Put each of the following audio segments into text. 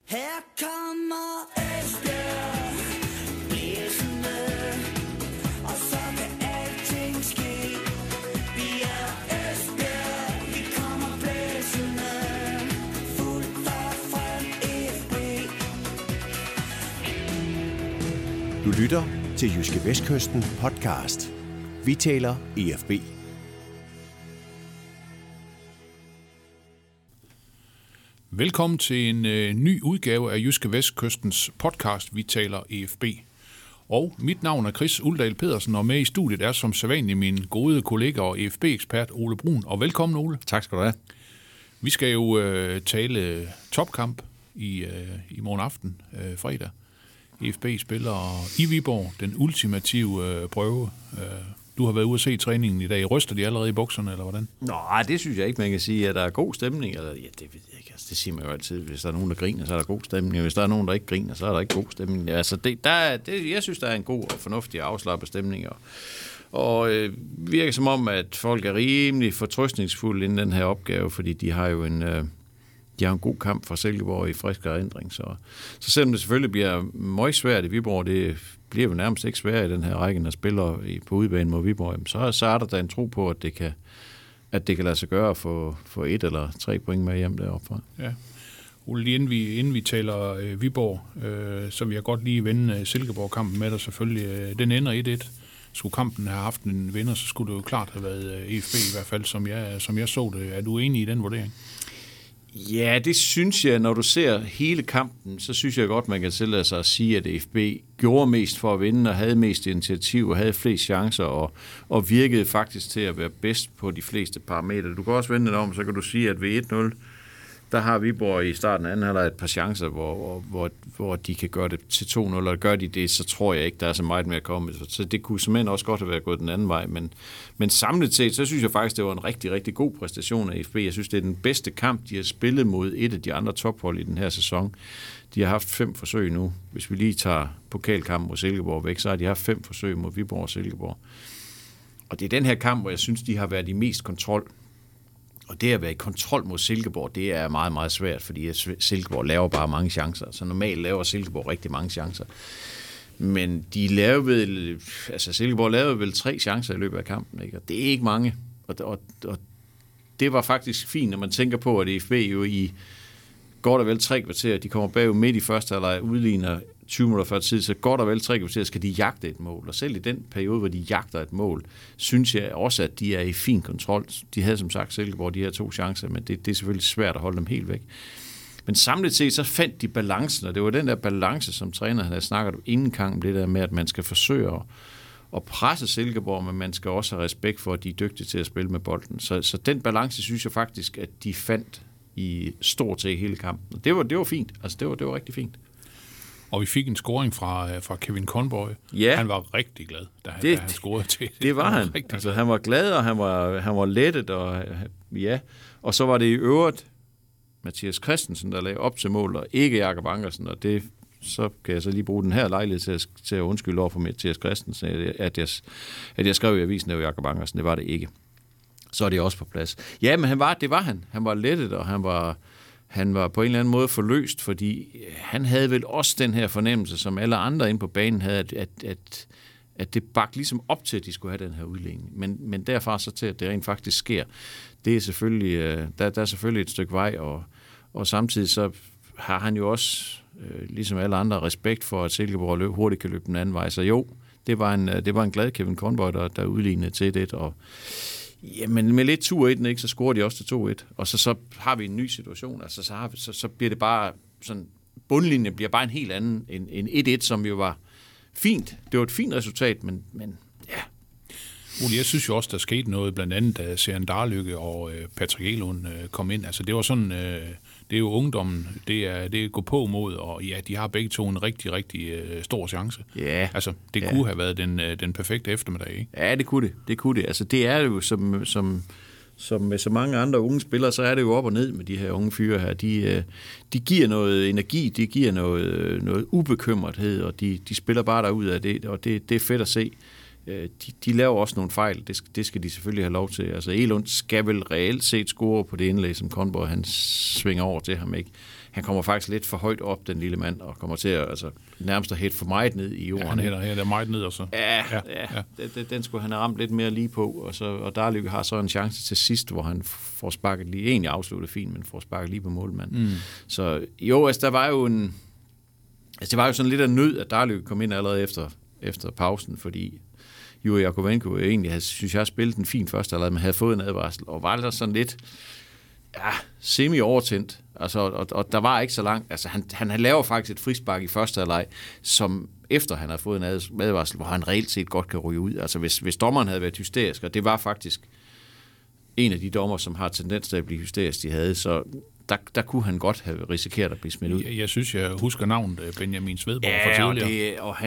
Her kommer Esbjerg blæsende, og så kan alting ske. Vi er Esbjerg, vi kommer blæsende, fuldt og frem FB. Du lytter til Jyske Vestkysten podcast. Vi taler EFB. Velkommen til en ny udgave af Jyske Vestkystens podcast, Vi taler EFB. Og mit navn er Chris Uldal Pedersen, og med i studiet er som sædvanlig min gode kollega og EFB-ekspert Ole Brun. Og velkommen, Ole. Tak skal du have. Vi skal jo tale topkamp i morgen aften, fredag. EFB spiller i Viborg den ultimative prøve. Du har været ude at se træningen i dag. Ryster de allerede i bukserne, eller hvordan? Nej, det synes jeg ikke, man kan sige, at der er god stemning. Eller, ja, det ved jeg ikke. Altså, det siger man jo altid. Hvis der er nogen, der griner, så er der god stemning. Og hvis der er nogen, der ikke griner, så er der ikke god stemning. Altså, jeg synes, der er en god og fornuftig afslappet stemning. Og virker som om, at folk er rimelig fortrøstningsfulde inden den her opgave, fordi de har jo en god kamp fra Silkeborg i frisk erindring. Så selvom det selvfølgelig bliver meget svært i Viborg, det bliver jo nærmest ikke svært i den her række, når spiller på udebane mod Viborg, så er der da en tro på, at det kan lade sig gøre at få 1 eller 3 point med hjem deroppe fra. Ja. Ole, inden vi taler Viborg, så vil jeg godt lige vende Silkeborg-kampen med dig selvfølgelig. Den ender 1-1. Skulle kampen have haft en vinder, så skulle det jo klart have været EFB i hvert fald, som jeg så det. Er du enig i den vurdering? Ja, det synes jeg, når du ser hele kampen, så synes jeg godt, man kan tillade sig at sige, at EFB gjorde mest for at vinde, og havde mest initiativ, og havde flest chancer, og virkede faktisk til at være bedst på de fleste parametre. Du kan også vende det om, så kan du sige, at ved 1-0, der har Viborg i starten af anden halvleg et par chancer, hvor de kan gøre det til 2-0, og gør de det, så tror jeg ikke, der er så meget mere at komme. Så det kunne simpelthen også godt have været gået den anden vej, men samlet set, så synes jeg faktisk, det var en rigtig, rigtig god præstation af FB. Jeg synes, det er den bedste kamp, de har spillet mod et af de andre tophold i den her sæson. De har haft 5 forsøg nu. Hvis vi lige tager pokalkampen mod Silkeborg væk, så har de haft 5 forsøg mod Viborg og Silkeborg. Og det er den her kamp, hvor jeg synes, de har været i mest kontrol. Og det at være i kontrol mod Silkeborg, det er meget, meget svært, fordi Silkeborg laver bare mange chancer. Så normalt laver Silkeborg rigtig mange chancer. Men Silkeborg lavede vel 3 chancer i løbet af kampen, ikke? Og det er ikke mange. Og det var faktisk fint, når man tænker på, at EFB jo i godt og vel 3 kvarter, de kommer bagud midt i første halvleg, udligner 20 minutter før tid, så godt og vel 3 kvarter skal de jagte et mål. Og selv i den periode, hvor de jagter et mål, synes jeg også, at de er i fin kontrol. De havde som sagt Silkeborg de her 2 chancer, men det er selvfølgelig svært at holde dem helt væk. Men samlet set, så fandt de balancen, og det var den der balance, som træneren havde snakket om inden kampen, det der med, at man skal forsøge at presse Silkeborg, men man skal også have respekt for, at de er dygtige til at spille med bolden. Så den balance, synes jeg faktisk, at de fandt i stort set hele kampen. Og det var fint. Altså, det var rigtig fint. Og vi fik en scoring fra Kevin Conboy. Ja. Han var rigtig glad, da han scorede til. Det var han. Altså, han var glad, og han var lettet, og ja. Og så var det i øvrigt Mathias Christensen, der lagde op til mål, og ikke Jakob Ankersen, og så kan jeg så lige bruge den her lejlighed til at undskylde over for Mathias Christensen, at jeg skrev i avisen, at det var Jakob Ankersen. Det var det ikke. Så er det også på plads. Ja, men det var han. Han var lettet, og han var på en eller anden måde forløst, fordi han havde vel også den her fornemmelse, som alle andre inde på banen havde, at det bagte ligesom op til, at de skulle have den her udligning. Men derfra så til, at det rent faktisk sker, det er selvfølgelig, der er selvfølgelig et stykke vej, og samtidig så har han jo også, ligesom alle andre, respekt for, at Silkeborg hurtigt kan løbe den anden vej. Så jo, det var en glad Kevin Conboy, der udlignede til det, og men med lidt tur i den, ikke, så scorer de også til 2-1, og så har vi en ny situation. Altså, så bliver det bare sådan, bundlinjen bliver bare en helt anden end 1-1, som jo var fint. Det var et fint resultat, men ja. Ole, jeg synes jo også, der skete noget, blandt andet da Søren Darlykke og Patrick Elund kom ind. Altså, det var sådan, det er jo ungdommen, det er gå på mod, og ja, de har begge to en rigtig, rigtig stor chance. Ja. Altså, det kunne have været den perfekte eftermiddag, ikke? Ja, det kunne det. Altså, det er jo som med så mange andre unge spillere, så er det jo op og ned med de her unge fyre her. De giver noget energi, de giver noget ubekymrethed, og de spiller bare derud af det, og det er fedt at se. De laver også nogle fejl, det skal de selvfølgelig have lov til. Altså Elund skal vel reelt set score på det indlæg, som Conboy han svinger over til ham, ikke? han kommer faktisk lidt for højt op, den lille mand, og kommer til at nærmest at hætte for meget ned i jorden. Ja, han hætter meget ned, og så. Ja. Den skulle han have ramt lidt mere lige på, og Darlykke har så en chance til sidst, hvor han får sparket lige, egentlig afsluttet fint, men får sparket lige på målmanden. Så jo, der var jo det var jo sådan lidt af nød, at Darlykke kom ind allerede efter pausen, fordi Juri Jakovenko egentlig, synes jeg, spillet en fin første halvleg, men havde fået en advarsel, og var der sådan lidt semi-overtændt, og der var ikke så langt, han laver faktisk et frispark i første halvleg, som efter han har fået en advarsel, hvor han reelt set godt kan ryge ud. Altså hvis dommeren havde været hysterisk, og det var faktisk en af de dommer, som har tendens til at blive hysterisk, de havde, så der kunne han godt have risikeret at blive smidt ud. Jeg synes, jeg husker navnet Benjamin Svedborg fra tidligere. Og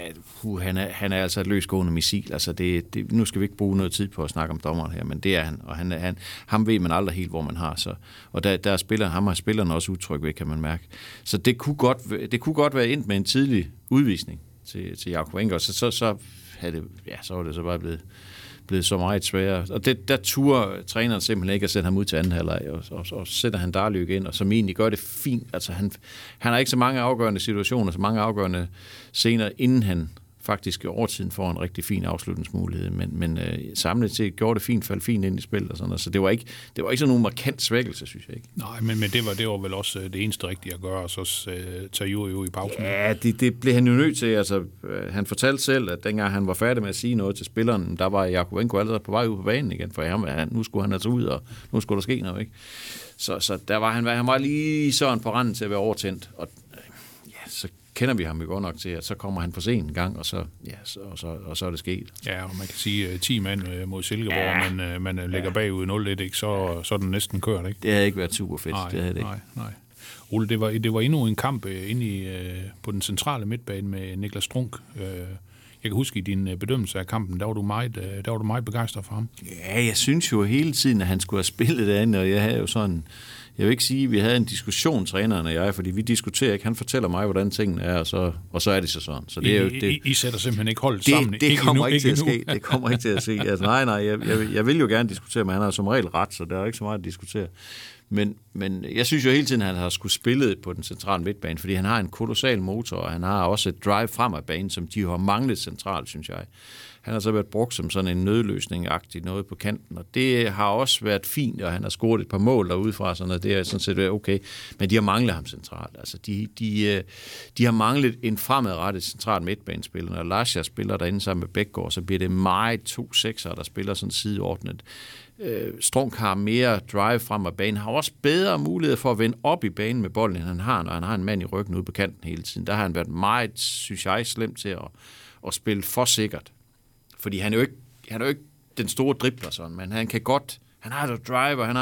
han er altså et løsgående missil. Altså nu skal vi ikke bruge noget tid på at snakke om dommeren her, men det er han. Og ham ved man aldrig helt, hvor man har. Så. Og ham har spillerne også udtryk ved, kan man mærke. Så det kunne godt være endt med en tidlig udvisning til Jakovenko. Så var det så bare blevet så meget sværere. Og der turer træneren simpelthen ikke at sætte ham ud til anden halvleg, og sætter han Darlykke ind, og som egentlig gør det fint. Altså han har ikke så mange afgørende situationer, så mange afgørende scener, inden han faktisk i overtiden får en rigtig fin afslutningsmulighed, men samlet set gjorde det fint, faldt fint ind i spillet og sådan noget. Så det var ikke sådan nogen markant svækkelse, synes jeg ikke. Nej, men det var vel også det eneste rigtige at gøre, og så tage Juri i pausen. Ja, det blev han jo nødt til. Altså, han fortalte selv, at dengang han var færdig med at sige noget til spilleren, der var Jakovenko allerede på vej ud på banen igen, for nu skulle han altså ud, og nu skulle der ske noget, ikke? Så der var han var lige sådan på randen til at være overtændt, og så kender vi ham jo godt nok til, at så kommer han for sent en gang, og så er det sket. Ja, og man kan sige 10 mand mod Silkeborg, men man lægger bagud 0-1, ikke? Så er den næsten kørt, ikke? Det havde ikke været super fedt. Nej. Ole, det var endnu en kamp på den centrale midtbane med Niklas Strunk. Jeg kan huske i din bedømmelse af kampen, der var du meget begejstret for ham. Ja, jeg synes jo hele tiden, at han skulle have spillet det andet, og jeg havde jo sådan... Jeg vil ikke sige, at vi havde en diskussion, træneren og jeg, fordi vi diskuterer ikke. Han fortæller mig, hvordan tingene er, og så er det så sådan. Så det er jo det. I sætter simpelthen ikke holdet sammen. Det kommer ikke til at ske. Det kommer ikke til at ske. Altså, nej, jeg vil jo gerne diskutere, men han har som regel ret, så der er ikke så meget at diskutere. Men jeg synes jo hele tiden, at han har skulle spille på den centrale midtbane, fordi han har en kolossal motor, og han har også et drive frem af banen, som de har manglet centralt, synes jeg. Han har så været brugt som sådan en nødløsning-agtig noget på kanten, og det har også været fint, og han har scoret et par mål derudefra, sådan og det er sådan set været okay, men de har manglet ham centralt. Altså, de har manglet en fremadrettet central midtbanespiller. Når Lascia spiller derinde sammen med Bækgaard, så bliver det meget 2 sekser, der spiller sådan sideordnet. Strunk har mere drive frem af banen, har også bedre mulighed for at vende op i banen med bolden, end han har, når han har en mand i ryggen ude på kanten hele tiden. Der har han været meget, synes jeg, slemt til at spille for sikkert. Fordi han er jo ikke den store dribler sådan, men han har noget drive, og han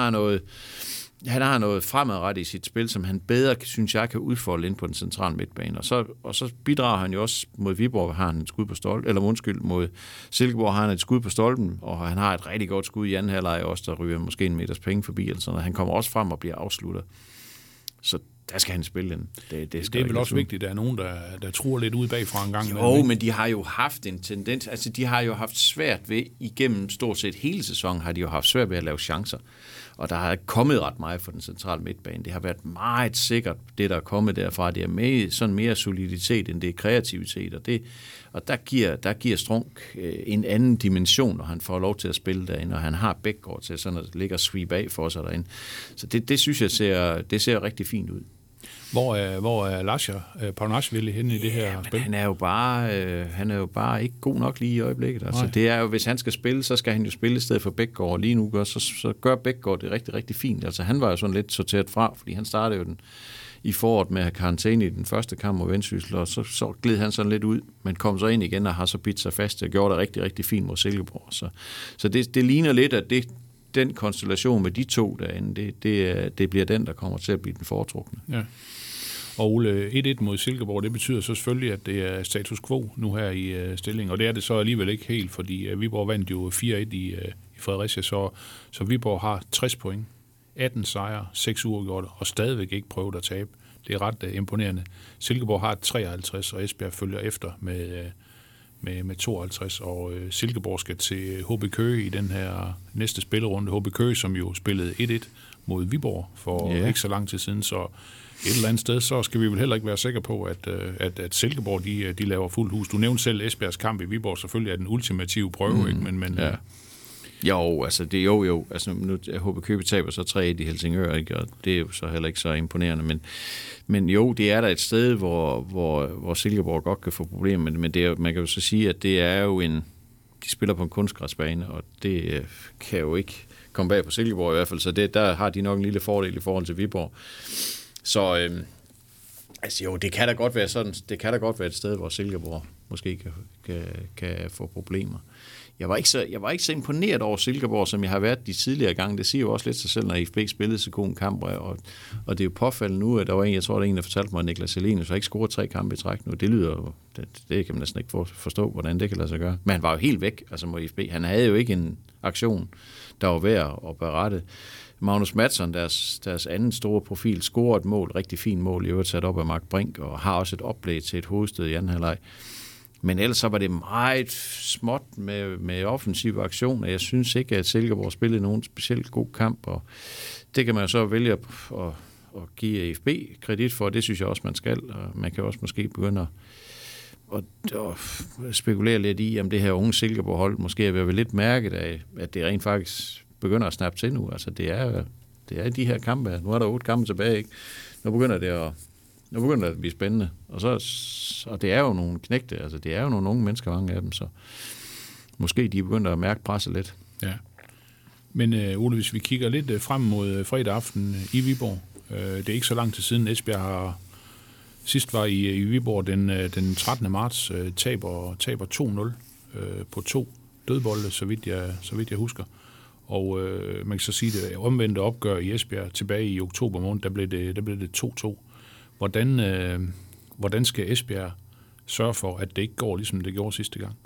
har noget fremadrettet i sit spil, som han bedre, synes jeg, kan udfolde ind på den centrale midtbane. Og så bidrager han jo også mod Viborg, har han et skud på stolpen, mod Silkeborg har han et skud på stolpen, og han har et rigtig godt skud i anden halvleg også, der ryger måske en meters penge forbi, eller sådan noget. Han kommer også frem og bliver afsluttet. Så der skal han spille den. Det er vel også vigtigt, at der er nogen, der truer lidt ud bagfra en gang. Jo, men de har jo haft en tendens, altså de har jo haft svært ved, igennem stort set hele sæsonen, har de jo haft svært ved at lave chancer. Og der har kommet ret meget for den centrale midtbane. Det har været meget sikkert, det der er kommet derfra. Det er sådan mere soliditet, end det er kreativitet. Og der giver Strunk en anden dimension, når han får lov til at spille derinde, og han har Bækgaard til sådan at ligge og sweep af for sig derinde. Så det synes jeg ser rigtig fint ud. Hvor er Lascia Paunashvili henne i det her spil? Han er jo bare ikke god nok lige i øjeblikket. Altså, det er jo, hvis han skal spille, så skal han jo spille i stedet for Bækgaard. Og lige nu så gør Bækgaard det rigtig, rigtig fint. Altså, han var jo sådan lidt sorteret fra, fordi han startede jo i foråret med at have karantæne i den første kamp mod Vendsyssel, og så gled han sådan lidt ud, men kom så ind igen og har så bidt sig fast og gjorde det rigtig, rigtig fint mod Silkeborg. Så det ligner lidt, at den konstellation med de to derinde, det bliver den, der kommer til at blive den foretrukne. Ja. Og Ole, 1-1 mod Silkeborg, det betyder så selvfølgelig, at det er status quo nu her i stillingen, og det er det så alligevel ikke helt, fordi Viborg vandt jo 4-1 i Fredericia, så Viborg har 60 point, 18 sejre, 6 uafgjorte, og stadigvæk ikke prøvet at tabe. Det er ret imponerende. Silkeborg har 53, og Esbjerg følger efter med 52, og Silkeborg skal til HB Køge i den her næste spillerunde. HB Køge, som jo spillede 1-1 mod Viborg for ikke så lang tid siden, så et eller andet sted, så skal vi vel heller ikke være sikre på, at Silkeborg, de laver fuldt hus. Du nævnte selv Esbjergs kamp i Viborg, selvfølgelig er den ultimative prøve, ikke? Men ja. Jo, altså det jo. Altså nu HB Køge taber så 3-1 i Helsingør, ikke? Og det er jo så heller ikke så imponerende, men jo, det er der et sted, hvor Silkeborg godt kan få problemer, men det er, man kan jo så sige, at det er jo de spiller på en kunstgræsbane, og det kan jo ikke komme bag på Silkeborg i hvert fald, så der har de nok en lille fordel i forhold til Viborg. Så altså jo, det kan da godt være sådan, det kan da godt være et sted, hvor Silkeborg måske kan få problemer. Jeg var ikke så imponeret over Silkeborg, som jeg har været de tidligere gange. Det siger jo også lidt sig selv, når IFB spillede så god en kamp, og det er jo påfaldende nu, at der var jeg tror, der er en, der fortalte mig, at Niklas Helenius har ikke scoret 3 kampe i træk nu. Det lyder jo, det kan man næsten ikke forstå, hvordan det kan lade sig gøre. Men han var jo helt væk, altså mod IFB. Han havde jo ikke en aktion, der var værd at berette. Magnus Madsson, deres anden store profil, scorer et mål, rigtig fint mål, i øvrigt sat op af Mark Brink, og har også et oplæg til et hovedstød i anden halvleg. Men ellers så var det meget småt med offensive aktioner. Jeg synes ikke, at Silkeborg spillede nogen specielt god kamp, og det kan man jo så vælge at give IFB kredit for, det synes jeg også, man skal. Og man kan også måske begynde at spekulere lidt i, om det her unge Silkeborg-hold måske er ved at være lidt mærket af, at det rent faktisk begynder at snappe til nu. Altså det er de her kampe. Nu er der 8 kampe tilbage, ikke? Nu begynder det at blive spændende. Og det er jo nogle knægte, altså det er jo nogle unge mennesker, mange af dem, så måske de begynder at mærke presset lidt. Ja. Men Ole, hvis vi kigger lidt frem mod fredag aften i Viborg, det er ikke så lang tid siden Esbjerg sidst var i Viborg den 13. marts, taber 2-0 på 2 dødbolde, så vidt jeg husker. Og man kan så sige, det omvendte opgør i Esbjerg tilbage i oktober måned, der blev det 2-2. Hvordan skal Esbjerg sørge for, at det ikke går, ligesom det gjorde sidste gang?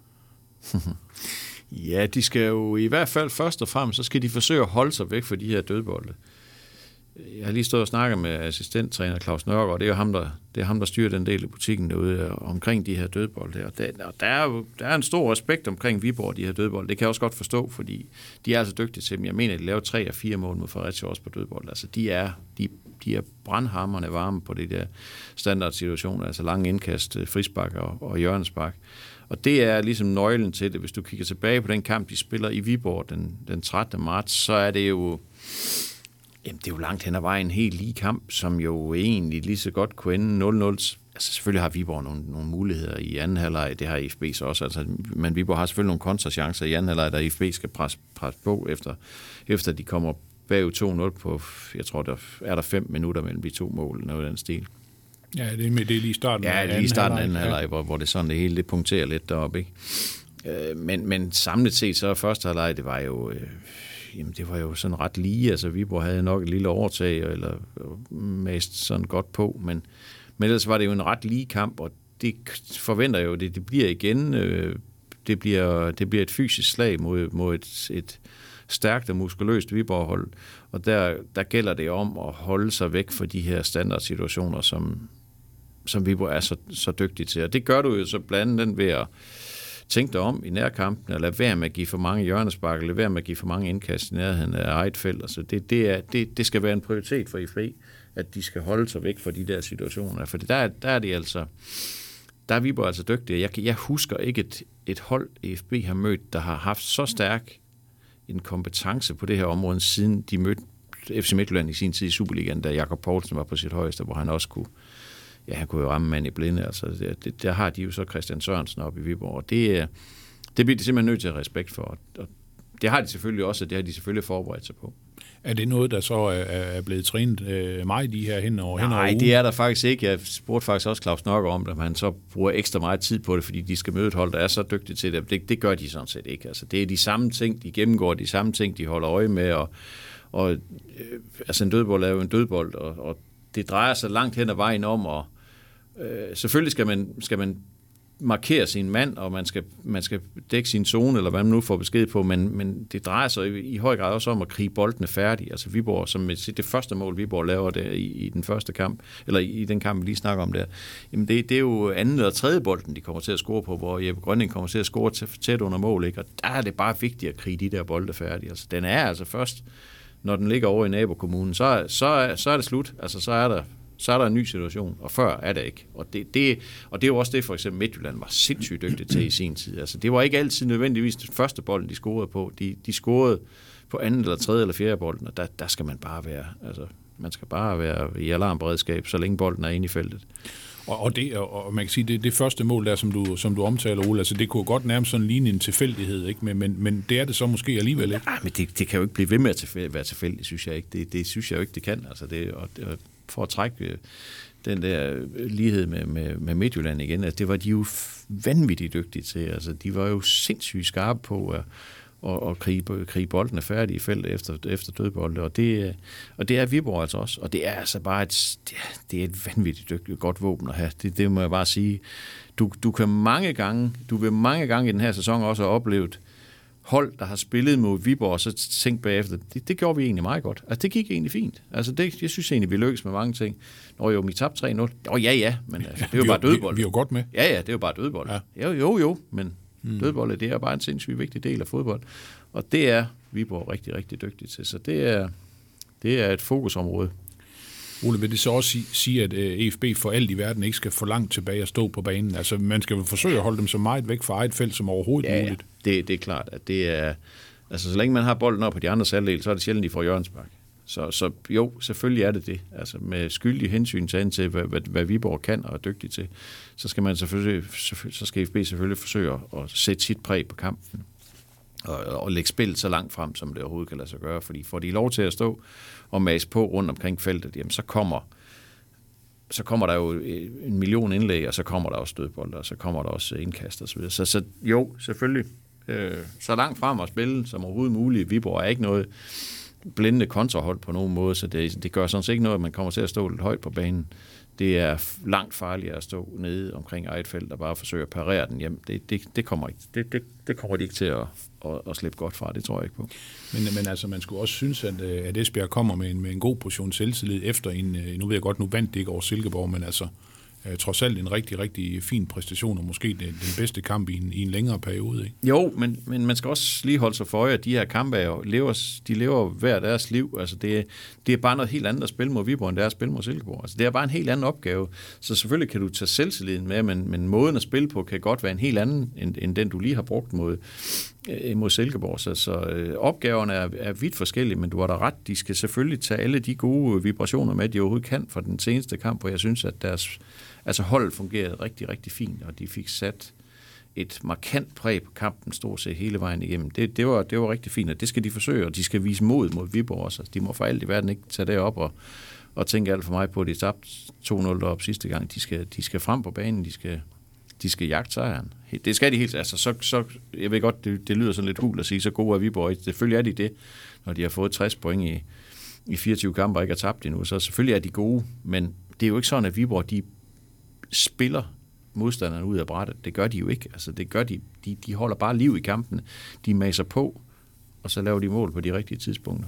Ja, de skal jo i hvert fald først og fremmest, så skal de forsøge at holde sig væk fra de her dødbolde. Jeg har lige stået og snakket med assistenttræner Claus Nørgaard, det er ham, der styrer den del af butikken derude omkring de her dødbolde. Og der er en stor respekt omkring Viborg, de her dødbolde. Det kan jeg også godt forstå, fordi de er altså dygtige til dem. Jeg mener, at de laver 3 og 4 mål mod Fredericia også på dødbolde. Altså, de er brandhamrende varme på det der standardsituationer, altså lange indkast, frispark og hjørnespark. Og det er ligesom nøglen til det. Hvis du kigger tilbage på den kamp, de spiller i Viborg den 13. marts, så er det jo... Jamen, det er jo langt hen ad vejen en helt lige kamp, som jo egentlig lige så godt kunne ende 0-0. Altså, selvfølgelig har Viborg nogle muligheder i anden halvleg, det har IFB så også. Altså, men Viborg har selvfølgelig nogle kontrachancer i anden halvleg, der IFB skal presse på, efter de kommer bagud 2-0 på, jeg tror, der 5 minutter mellem de 2 mål, noget af den stil. Ja, det er lige starten af anden halvleg, hvor det sådan det hele det punkterer lidt deroppe, ikke? Men samlet set, så første halvleg, det var jo... Jamen, det var jo sådan ret lige. Altså, Viborg havde nok et lille overtag, eller mest sådan godt på, men ellers var det jo en ret lige kamp, og det forventer jo, det bliver igen, det bliver et fysisk slag mod et stærkt og muskuløst Viborg-hold, og der gælder det om at holde sig væk fra de her standardsituationer, som Viborg er så dygtig til. Og det gør du jo så blandt andet ved at tænk dig om i nærkampen, og lad være med at give for mange hjørnespark, lad være med at give for mange indkast i nærheden af eget felt. Altså det skal være en prioritet for IFB, at de skal holde sig væk fra de der situationer. For der er de altså, der er Viborg altså dygtige. Jeg husker ikke et hold, IFB har mødt, der har haft så stærk en kompetence på det her område, siden de mødte FC Midtjylland i sin tid i Superligaen, da Jakob Poulsen var på sit højeste, hvor han også kunne jo ramme mand i blinde. Altså, der har de jo så Christian Sørensen oppe i Viborg, og det bliver de simpelthen nødt til at respekt for. Og det har de selvfølgelig også, og det har de selvfølgelig forberedt sig på. Er det noget, der så er blevet trænet meget de her hen over Nej, det er der faktisk ikke. Jeg spurgte faktisk også Claus Nørgaard om det, at han så bruger ekstra meget tid på det, fordi de skal møde et hold, der er så dygtige til det. Det gør de sådan set ikke. Altså, det er de samme ting, de gennemgår, de samme ting, de holder øje med, og altså en dødbold er jo en dødbold, og det drejer sig langt hen ad vejen om, og selvfølgelig skal man markere sin mand, og man skal dække sin zone, eller hvad man nu får besked på, men det drejer sig i høj grad også om at krige boldene færdig. Altså Viborg, som det første mål, Viborg laver der i den første kamp, eller i den kamp, vi lige snakker om der, jamen det er jo anden eller tredje bolden, de kommer til at score på, hvor Jeppe Grønning kommer til at score tæt under mål, ikke? Og der er det bare vigtigt at krige de der bolde færdige. Altså den er altså først, når den ligger over i nabokommunen, så er det slut. Altså så er der en ny situation, og før er det ikke. Og det er jo også det, for eksempel Midtjylland var sindssygt dygtig til i sin tid. Altså, det var ikke altid nødvendigvis den første bolden, de scorede på. De scorede på anden eller tredje eller fjerde bolden, og der skal man bare være. Altså, man skal bare være i alarmberedskab, så længe bolden er inde i feltet. Og man kan sige, det første mål der, som du omtaler, Ole, altså det kunne godt nærmest sådan ligne en tilfældighed, ikke? Men det er det så måske alligevel ikke? Nej, men det kan jo ikke blive ved med at være tilfældigt, synes jeg ikke. Det synes jeg jo ikke, det kan. Altså for at trække den der lighed med Midtjylland igen, altså det var de jo vanvittigt dygtige til. Altså de var jo sindssygt skarpe på at krige boldene færdige i feltet efter dødbolde, og det er Viborg altså også, og det er altså bare et vanvittigt dygtigt godt våben at have. Det må jeg bare sige. Du vil mange gange i den her sæson også have oplevet hold, der har spillet mod Viborg, og så tænkt bagefter, det gjorde vi egentlig meget godt. Altså, det gik egentlig fint. Altså, jeg synes egentlig, vi lykkes med mange ting. Vi tabte 3-0. Ja, men altså, det er jo bare dødbold. Vi er jo godt med. Ja, det er jo bare dødbold. Ja. Jo, men dødbold, det er bare en sindssygt vigtig del af fodbold. Og det er Viborg rigtig, rigtig dygtig til. Så det er et fokusområde. Ole, vil det så også sige, at EFB for alt i verden ikke skal for langt tilbage og stå på banen? Altså, man skal jo forsøge at holde dem så meget væk fra eget felt som overhovedet muligt. Det er klart, at det er... Altså, så længe man har bolden op på de andres halvdel, så er det sjældent, de får hjørnespark. Så jo, selvfølgelig er det. Altså, med skyldig hensyn til, hvad Viborg kan og er dygtig til, så skal EFB selvfølgelig forsøge at sætte sit præg på kampen og lægge spillet så langt frem, som det overhovedet kan lade sig gøre. Fordi får de lov til at stå og mase på rundt omkring feltet, jamen så kommer der jo 1 million indlæg, og så kommer der også dødbolde, og så kommer der også indkast og så videre. Så jo, selvfølgelig, så langt frem at spille som overhovedet muligt. Viborg er ikke noget blændende kontrahold på nogen måde, så det gør sådan set ikke noget, at man kommer til at stå lidt højt på banen. Det er langt farligere at stå nede omkring eget felt og bare forsøge at parere den hjem. Det kommer ikke. Det kommer de ikke til at slippe godt fra, det tror jeg ikke på. Men altså, man skulle også synes, at Esbjerg kommer med en god portion selvtillid efter nu ved jeg godt, nu vandt det ikke over Silkeborg, men altså trods alt en rigtig, rigtig fin præstation, og måske den bedste kamp i en længere periode, ikke? Jo, men man skal også lige holde sig for øje, at de her kampe lever hver deres liv. Altså det er bare noget helt andet at spille mod Viborg, end det er at spille mod Silkeborg. Altså det er bare en helt anden opgave. Så selvfølgelig kan du tage selvtilliden med, men måden at spille på kan godt være en helt anden, end den du lige har brugt mod Silkeborg. Så opgaverne er vidt forskellige, men du har da ret. De skal selvfølgelig tage alle de gode vibrationer med, de overhovedet kan fra den seneste kamp, hvor jeg synes, at deres holdet fungerede rigtig, rigtig fint, og de fik sat et markant præg på kampen stort set hele vejen igennem. Det var rigtig fint, og det skal de forsøge, og de skal vise mod Viborg også. De må for alt i verden ikke tage det op og tænke alt for meget på, at de tabte 2-0 op sidste gang. De skal frem på banen, de skal jagte sejren. Det skal de helt. Altså, så jeg ved godt, det lyder sådan lidt hul at sige, så gode er Viborg. Selvfølgelig er de det, når de har fået 60 point i 24 kampe og ikke har tabt endnu. Så selvfølgelig er de gode, men det er jo ikke sådan, at Viborg, de spiller modstanderne ud af brættet. Det gør de jo ikke. Altså, det gør de holder bare liv i kampen. De maser på, og så laver de mål på de rigtige tidspunkter.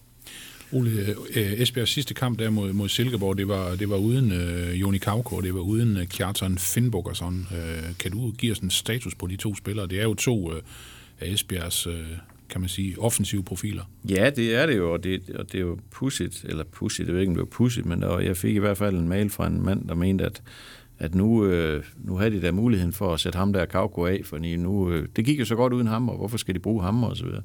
Ole, Esbjergs sidste kamp der mod Silkeborg, det var uden Joni Kauko, det var uden Kjartan Finnbogason. Kan du give os en status på de to spillere? Det er jo to af Esbjergs, kan man sige, offensive profiler. Ja, det er det jo, og det er jo pudsigt, jeg ved ikke, om det var pudsigt, men jeg fik i hvert fald en mail fra en mand, der mente, at nu havde de der muligheden for at sætte ham der Kauko af, for det gik jo så godt uden ham, og hvorfor skal de bruge ham og så videre.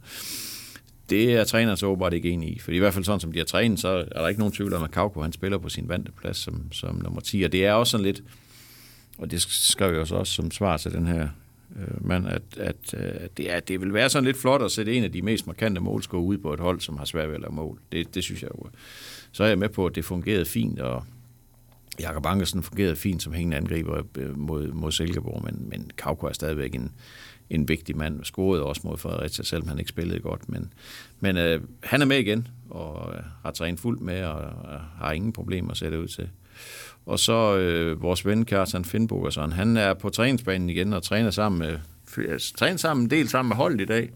Det er træneren så åbenbart ikke enig i, for i hvert fald sådan, som de har trænet, så er der ikke nogen tvivl om, at Kauko, han spiller på sin vante plads som nummer 10, og det er også sådan lidt, og det skrev jeg også som svar til den her mand, at det vil være sådan lidt flot at sætte en af de mest markante målscorer ud på et hold, som har svært ved at lave mål. Det synes jeg jo. Så er jeg med på, at det fungerede fint, og Jakob Ankersen fungerede fint som hængende angriber mod Silkeborg, men Kauko er stadigvæk en vigtig mand, scorede også mod Fredericia, selvom han ikke spillede godt, men han er med igen, og har trænet fuldt med, og har ingen problemer at sætte ud til. Og så vores ven Kjartan Finnbogason, han er på træningsbanen igen og træner sammen en del sammen med holdet i dag.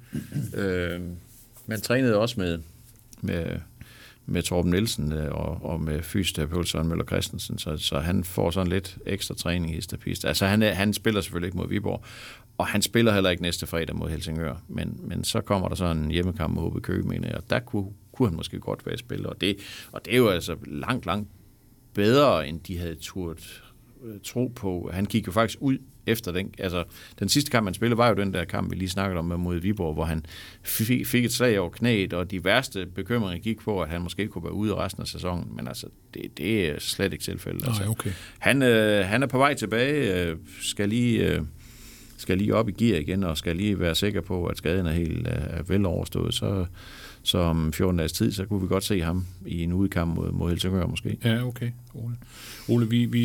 Man trænede også med Torben Nielsen og med fysioterapeut Søren Møller Christensen, så han får sådan lidt ekstra træning i stapist. Altså han spiller selvfølgelig ikke mod Viborg, og han spiller heller ikke næste fredag mod Helsingør, men så kommer der sådan en hjemmekamp mod OB Køge, mener jeg, og der kunne han måske godt være spiller, og det er jo altså langt bedre, end de havde turt tro på. Han gik jo faktisk ud efter den sidste kamp, han spillede, var jo den der kamp, vi lige snakkede om mod Viborg, hvor han fik et slag over knæet, og de værste bekymringer gik på, at han måske kunne være ude resten af sæsonen, men altså, det er slet ikke tilfældet. Altså. Okay. Han er på vej tilbage, skal lige op i gear igen, og skal lige være sikker på, at skaden er helt vel overstået, så om 14 dages tid, så kunne vi godt se ham i en udkamp mod Helsingør måske. Ja, okay. Ole,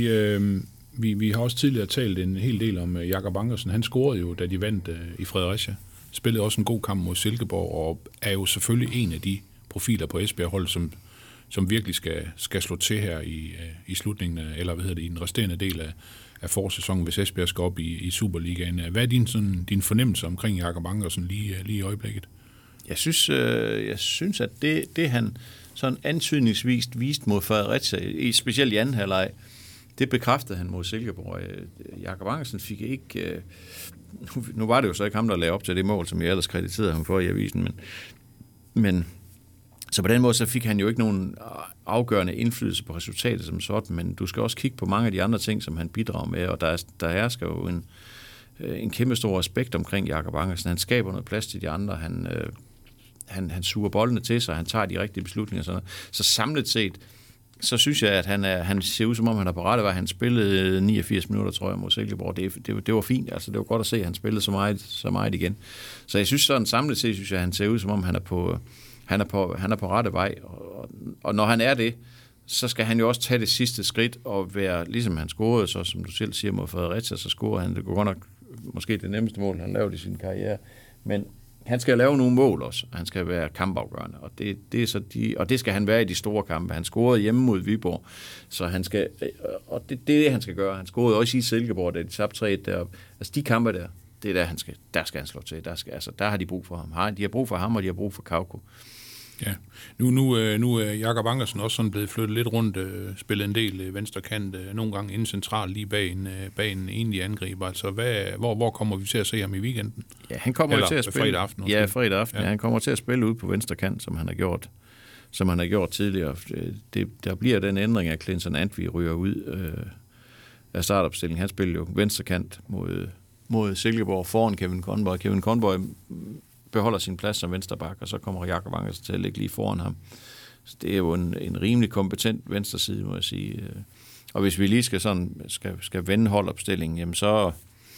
vi har også tidligere talt en hel del om Jakob Ankersen. Han scorede jo, da de vandt i Fredericia. Spillede også en god kamp mod Silkeborg, og er jo selvfølgelig en af de profiler på Esbjerg-holdet, som virkelig skal slå til her i slutningen, eller i den resterende del af forårssæsonen, hvis Esbjerg skal op i Superligaen. Hvad er din fornemmelse omkring Jakob Ankersen lige i øjeblikket? Jeg synes, at det han sådan antydningsvist viste mod Fredericia, specielt i anden halvleg, det bekræftede han mod Silkeborg. Jakob Ankersen fik ikke... Nu var det jo så ikke ham, der lagde op til det mål, som jeg ellers krediterede ham for i avisen, men så på den måde, så fik han jo ikke nogen afgørende indflydelse på resultatet som sådan, men du skal også kigge på mange af de andre ting, som han bidrager med, og der hersker jo en kæmpe stor respekt omkring Jakob Ankersen. Han skaber noget plads til de andre, han suger boldene til sig, han tager de rigtige beslutninger. Sådan noget. Så samlet set, så synes jeg, at han ser ud som om, han er på rette vej. Han spillede 89 minutter, tror jeg, mod Silkeborg. Det var fint. Altså, det var godt at se, at han spillede så meget igen. Så jeg synes sådan, samlet set, synes jeg, at han ser ud som om, han er på rette vej. Og når han er det, så skal han jo også tage det sidste skridt og være, ligesom han scorede, så som du selv siger mod Fredericia, så scorer han. Det går godt nok måske det nemmeste mål, han lavede i sin karriere. Men han skal lave nogle mål også, og han skal være kampafgørende, og det skal han være i de store kampe. Han scorede hjemme mod Viborg, så han skal, og det er det, han skal gøre. Han scorede også i Silkeborg, da de tabte 3 der. Altså de kampe der, det er der skal han slå til. Der har de brug for ham. De har brug for ham, og de har brug for Kauko. Ja, nu er Jakob Ankersen også sådan blevet flyttet lidt rundt, spillet en del venstre kant, nogle gange inden central, lige bag en egentlig angriber. Altså, hvor kommer vi til at se ham i weekenden? Ja, han kommer til at spille fredag aften. Ja, fredag aften. Ja. Han kommer til at spille ud på venstre kant, som han har gjort tidligere. Der bliver den ændring, at Clinton Antwi ryger ud af startopstillingen. Han spiller jo venstre kant mod Silkeborg foran Kevin Conboy. Kevin Conboy beholder sin plads som vensterbak, og så kommer Jakob Ankersen til at ligge lige foran ham. Så det er jo en rimelig kompetent venstre side, må jeg sige. Og hvis vi lige skal vende holdopstillingen, jamen så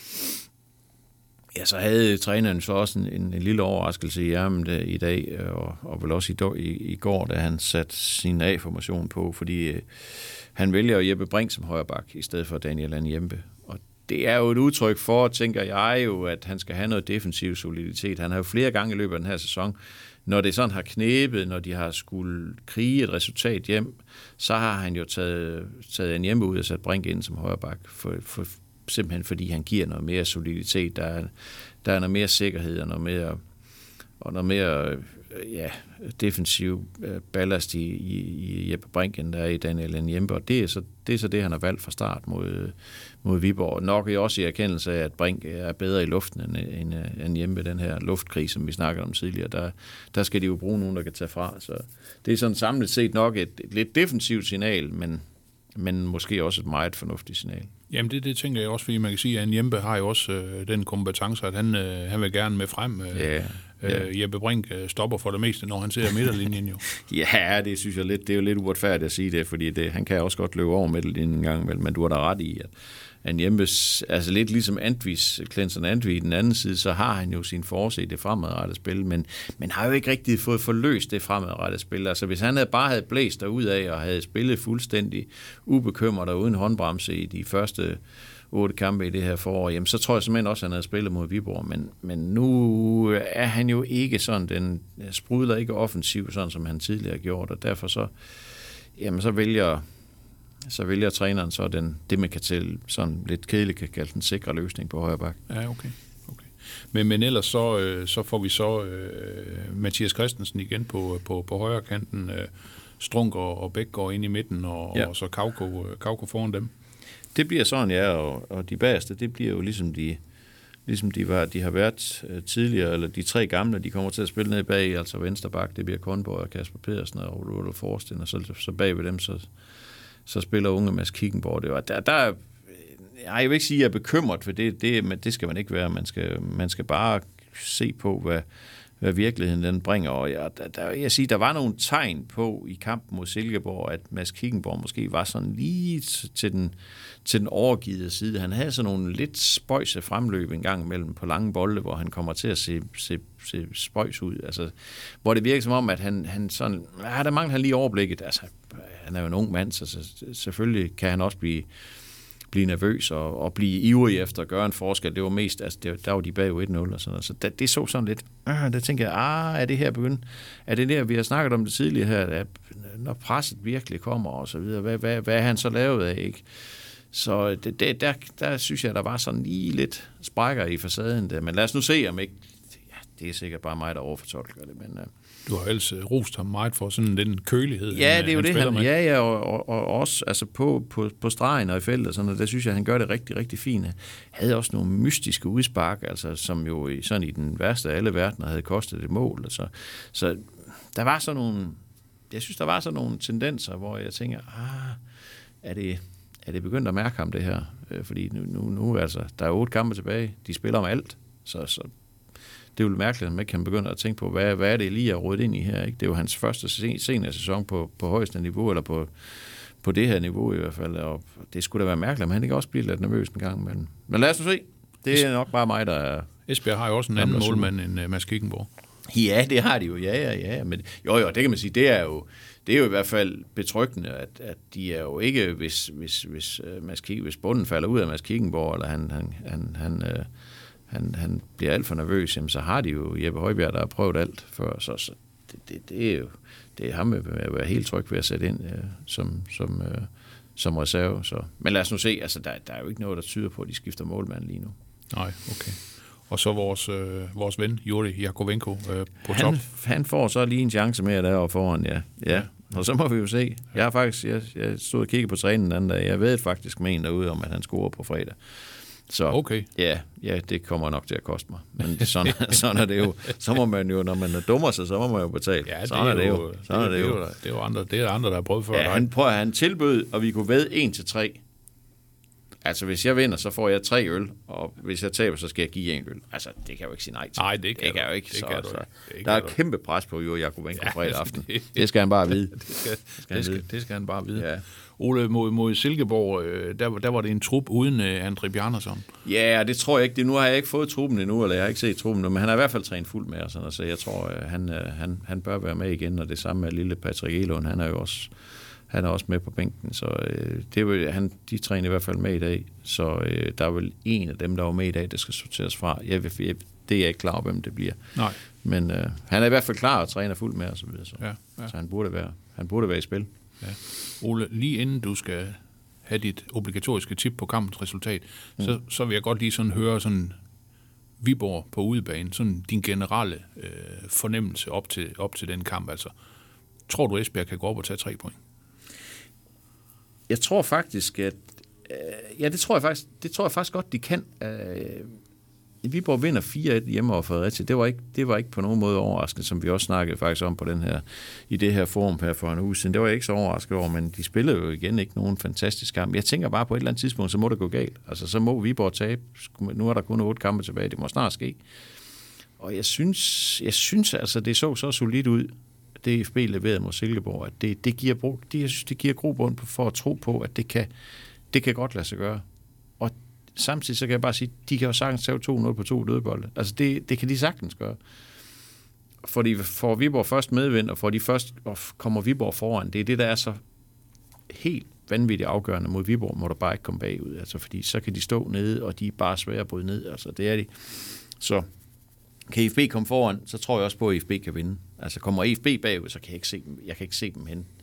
havde træneren så også en lille overraskelse i ærmet i dag, og vel også i går, da han satte sin A-formation på, fordi han vælger Jeppe Brink som højreback, i stedet for Daniel Anjembe. Og det er jo et udtryk for, tænker jeg jo, at han skal have noget defensiv soliditet. Han har jo flere gange i løbet af den her sæson, når det sådan har knæbet, når de har skulle krige et resultat hjem, så har han jo taget en hjemme ud og sat Brink ind som højreback, simpelthen fordi han giver noget mere soliditet. Der er noget mere sikkerhed og noget mere defensiv ballast i Jeppe Brink, end der er i Daniel Njembe, og det er så det, han har valgt fra start mod Viborg. Nok også i erkendelse af, at Brink er bedre i luften end Njembe, den her luftkrig, som vi snakkede om tidligere. Der skal de jo bruge nogen, der kan tage fra. Så det er sådan samlet set nok et lidt defensivt signal, men måske også et meget fornuftigt signal. Jamen det tænker jeg også, fordi man kan sige, at Njembe har jo også den kompetence, at han vil gerne med frem. Jeppe Brink stopper for det meste, når han ser midterlinjen jo. Ja, det synes jeg lidt, det er jo lidt uretfærdigt at sige det, fordi han kan også godt løbe over midterlinjen en gang, men du har da ret i, at Njembes, altså lidt ligesom Clinton Antwi i den anden side, så har han jo sin force i det fremadrettede spil, men har jo ikke rigtig fået forløst det fremadrettede spil. Altså hvis han bare havde blæst derudad og havde spillet fuldstændig ubekymret og uden håndbremse i de første 8 kampe i det her forår, jamen så tror jeg simpelthen også, at han havde spillet mod Viborg, men nu er han jo ikke sådan, den sprudler ikke offensiv, sådan som han tidligere har gjort, og derfor så vælger så vælger træneren så det man kan tælle sådan lidt kedeligt kan kalde den sikre løsning på højre bak. Ja, okay. Men ellers så får vi så Mathias Christensen igen på højre kanten, Strunk og Bæk går ind i midten, og så Kauko foran dem. Det bliver sådan, ja, og de bagerste, det bliver jo ligesom de har været tidligere, eller de 3 gamle, de kommer til at spille ned bag, altså venstre bak, det bliver Kornborg og Kasper Pedersen og Rudolf Forsten, og så bag ved dem, så spiller unge Mads Kickenborg. Det var, der jeg vil ikke sige, at jeg er bekymret for det, men det skal man ikke være. Man skal bare se på, hvad virkeligheden den bringer. Og jeg siger, der var nogle tegn på i kampen mod Silkeborg, at Mads Kickenborg måske var sådan lige til den overgivede side. Han havde sådan nogle lidt spøjse fremløb en gang imellem på lange bolde, hvor han kommer til at se spøjs ud. Altså, hvor det virker som om, at han sådan, der mangler han lige overblikket. Altså, han er jo en ung mand, så selvfølgelig kan han også blive nervøs og blive ivrig efter at gøre en forskel. Det var mest, altså der var de bagud 1-0 og sådan noget. Så det så sådan lidt, der tænker jeg, er det her begyndt? Er det der, vi har snakket om det tidligere her, at når presset virkelig kommer og så videre, hvad er han så lavet af, ikke? Så der synes jeg, der var sådan lige lidt sprækker i facaden der. Men lad os nu se, om ikke, det er sikkert bare mig, der overfortolker det, men... Du har ellers rost ham meget for sådan den kølighed. Ja, det er jo det, han... Og også altså på stregen og i feltet, sådan noget, der synes jeg, han gør det rigtig, rigtig fint. Han havde også nogle mystiske udspark, altså, som jo sådan i den værste af alle verdener havde kostet et mål. Altså. Så der var sådan nogle... Jeg synes, der var sådan nogle tendenser, hvor jeg tænker, er det begyndt at mærke ham, det her? Fordi nu altså, der er 8 kampe tilbage. De spiller om alt, så det er jo mærkeligt, at man ikke kan begynde at tænke på, hvad er det lige er rodet ind i her, ikke? Det er jo hans første senere sæson på højeste niveau, eller på det her niveau i hvert fald, og det skulle da være mærkeligt, at han ikke også bliver lidt nervøs en gang. Men lad os nu se. Det er nok bare mig, der er... Esbjerg har jo også en anden målmand end Mads Kickenborg. Ja, det har de jo, ja. Men, jo, det kan man sige, det er jo i hvert fald betryggende, at de er jo ikke, hvis bunden falder ud af Mads Kickenborg, eller han bliver alt for nervøs, jamen, så har de jo Jeppe Højbjerg, der har prøvet alt før, så det er ham at være helt tryg ved at sætte ind som reserve. Så. Men lad os nu se, altså der er jo ikke noget, der tyder på, at de skifter målmand lige nu. Nej, okay. Og så vores ven, Juri Jakovenko, på top. Han får så lige en chance mere derovre foran, ja. Og så må vi jo se. Jeg har faktisk, jeg stod og kiggede på træningen den anden dag. Jeg ved faktisk med en derude om, at han scorer på fredag. Så okay. Ja, det kommer nok til at koste mig. Men sådan er det jo. Så må man jo, når man dummer sig, så må man jo betale. Ja, sådan er det jo. Det er andre, der har prøvet før. Ja, han tilbød, og vi kunne vædde 1-3. Altså, hvis jeg vinder, så får jeg 3 øl, og hvis jeg taber, så skal jeg give 1 øl. Altså, det kan jeg jo ikke sige nej til. Nej, det kan jeg jo ikke. Der er kæmpe pres på Juri Jakovenko fredag aften. Det skal han bare vide. Det skal han bare vide. Ja. Ole, mod Silkeborg, der var det en trup uden André Bjarnason. Ja, det tror jeg ikke. Nu har jeg ikke fået truppen endnu, eller jeg har ikke set truppen nu, men han har i hvert fald trænet fuldt med, og sådan, så jeg tror, han bør være med igen, og det samme med lille Patrick Elund, han er også med på bænken, så de træner i hvert fald med i dag, så der er vel en af dem, der var med i dag, der skal sorteres fra. Det er jeg ikke klar over, hvem det bliver. Nej. Men han er i hvert fald klar og træner fuldt med, og så videre. Så han burde være i spil. Ja. Ole, lige inden du skal have dit obligatoriske tip på kampens resultat, så vil jeg godt lige sådan høre sådan Viborg på udebane, sådan din generelle fornemmelse op til den kamp. Altså, tror du, Esbjerg kan gå op og tage 3 point? Jeg tror faktisk, at... det tror jeg faktisk godt, de kan. Viborg vinder 4-1 hjemme over Fredericia. Det var ikke på nogen måde overraskende, som vi også snakkede faktisk om i det her forum her for en uge siden. Det var jeg ikke så overrasket over, men de spillede jo igen ikke nogen fantastisk kamp. Jeg tænker bare på et eller andet tidspunkt, så må det gå galt. Altså, så må Viborg tabe. Nu er der kun 8 kampe tilbage. Det må snart ske. Og jeg synes altså, det så solidt ud, det FB leverede mod Silkeborg, at det giver grobund for at tro på, at det kan godt lade sig gøre. Og samtidig så kan jeg bare sige, de kan jo sagtens tage 2-0 på 2 dødbolde. Altså det kan de sagtens gøre. Fordi får Viborg først medvind, og kommer Viborg foran, det er det, der er så helt vanvittigt afgørende mod Viborg, må der bare ikke komme bagud. Altså fordi så kan de stå nede, og de er bare svære at bryde ned. Altså det er de. Så kan IFB komme foran, så tror jeg også på, at IFB kan vinde. Altså kommer IFB bagud, så kan jeg ikke se dem hen.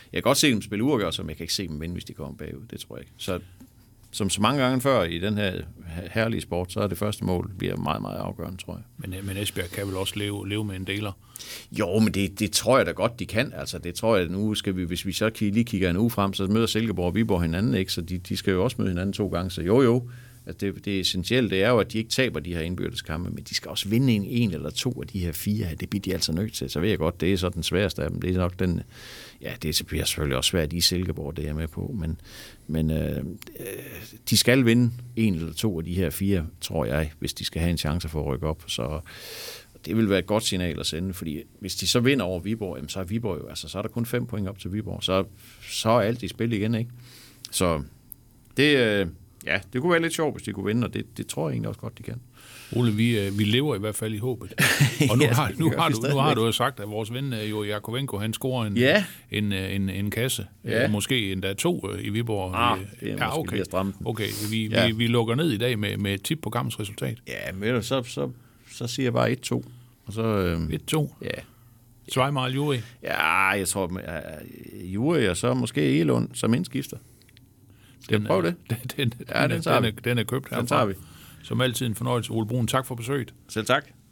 Jeg kan godt se dem spille uafgjort, men jeg kan ikke se dem vinde, hvis de kommer bagud. Det tror jeg ikke. Så som så mange gange før i den her herlige sport, så er det første mål bliver meget, meget afgørende, tror jeg. Men Esbjerg kan vel også leve med en deler? Jo, men det tror jeg da godt, de kan. Altså, det tror jeg, nu skal vi, hvis vi så lige kigger en uge frem, så møder Silkeborg og Viborg hinanden, ikke? Så de skal jo også møde hinanden 2 gange. Så jo. Altså det essentielle, det er jo, at de ikke taber de her indbyrdes kampe, men de skal også vinde en eller 2 af de her 4 her. Det bliver de altså nødt til. Så ved jeg godt, det er så den sværeste af dem. Det er nok den, ja, det bliver selvfølgelig også svært i Silkeborg, det er jeg med på, men de skal vinde 1 eller 2 af de her 4, tror jeg, hvis de skal have en chance for at rykke op. Så det vil være et godt signal at sende, fordi hvis de så vinder over Viborg, så er Viborg jo, altså så er der kun 5 point op til Viborg. Så er alt i spil igen, ikke? Så det... Ja, det kunne være lidt sjovt, hvis de kunne vinde, og det tror jeg egentlig også godt, de kan. Ole, vi lever i hvert fald i håbet. Og nu har du jo sagt, at vores ven jo Jakovenko, han scorer en kasse. Ja. Måske endda 2 i Viborg. Det er måske lige stramt. Okay, vi lukker ned i dag med et tip på kampens resultat. Ja, men så siger jeg bare 1-2. Og så, 1-2? Ja. Svejmal Juri? Ja, jeg tror, Juri og så måske Elund som indskifter. Skal jeg prøve det? Den er købt herfra. Den tager vi. Som altid en fornøjelse. Ole Brun, tak for besøget. Selv tak.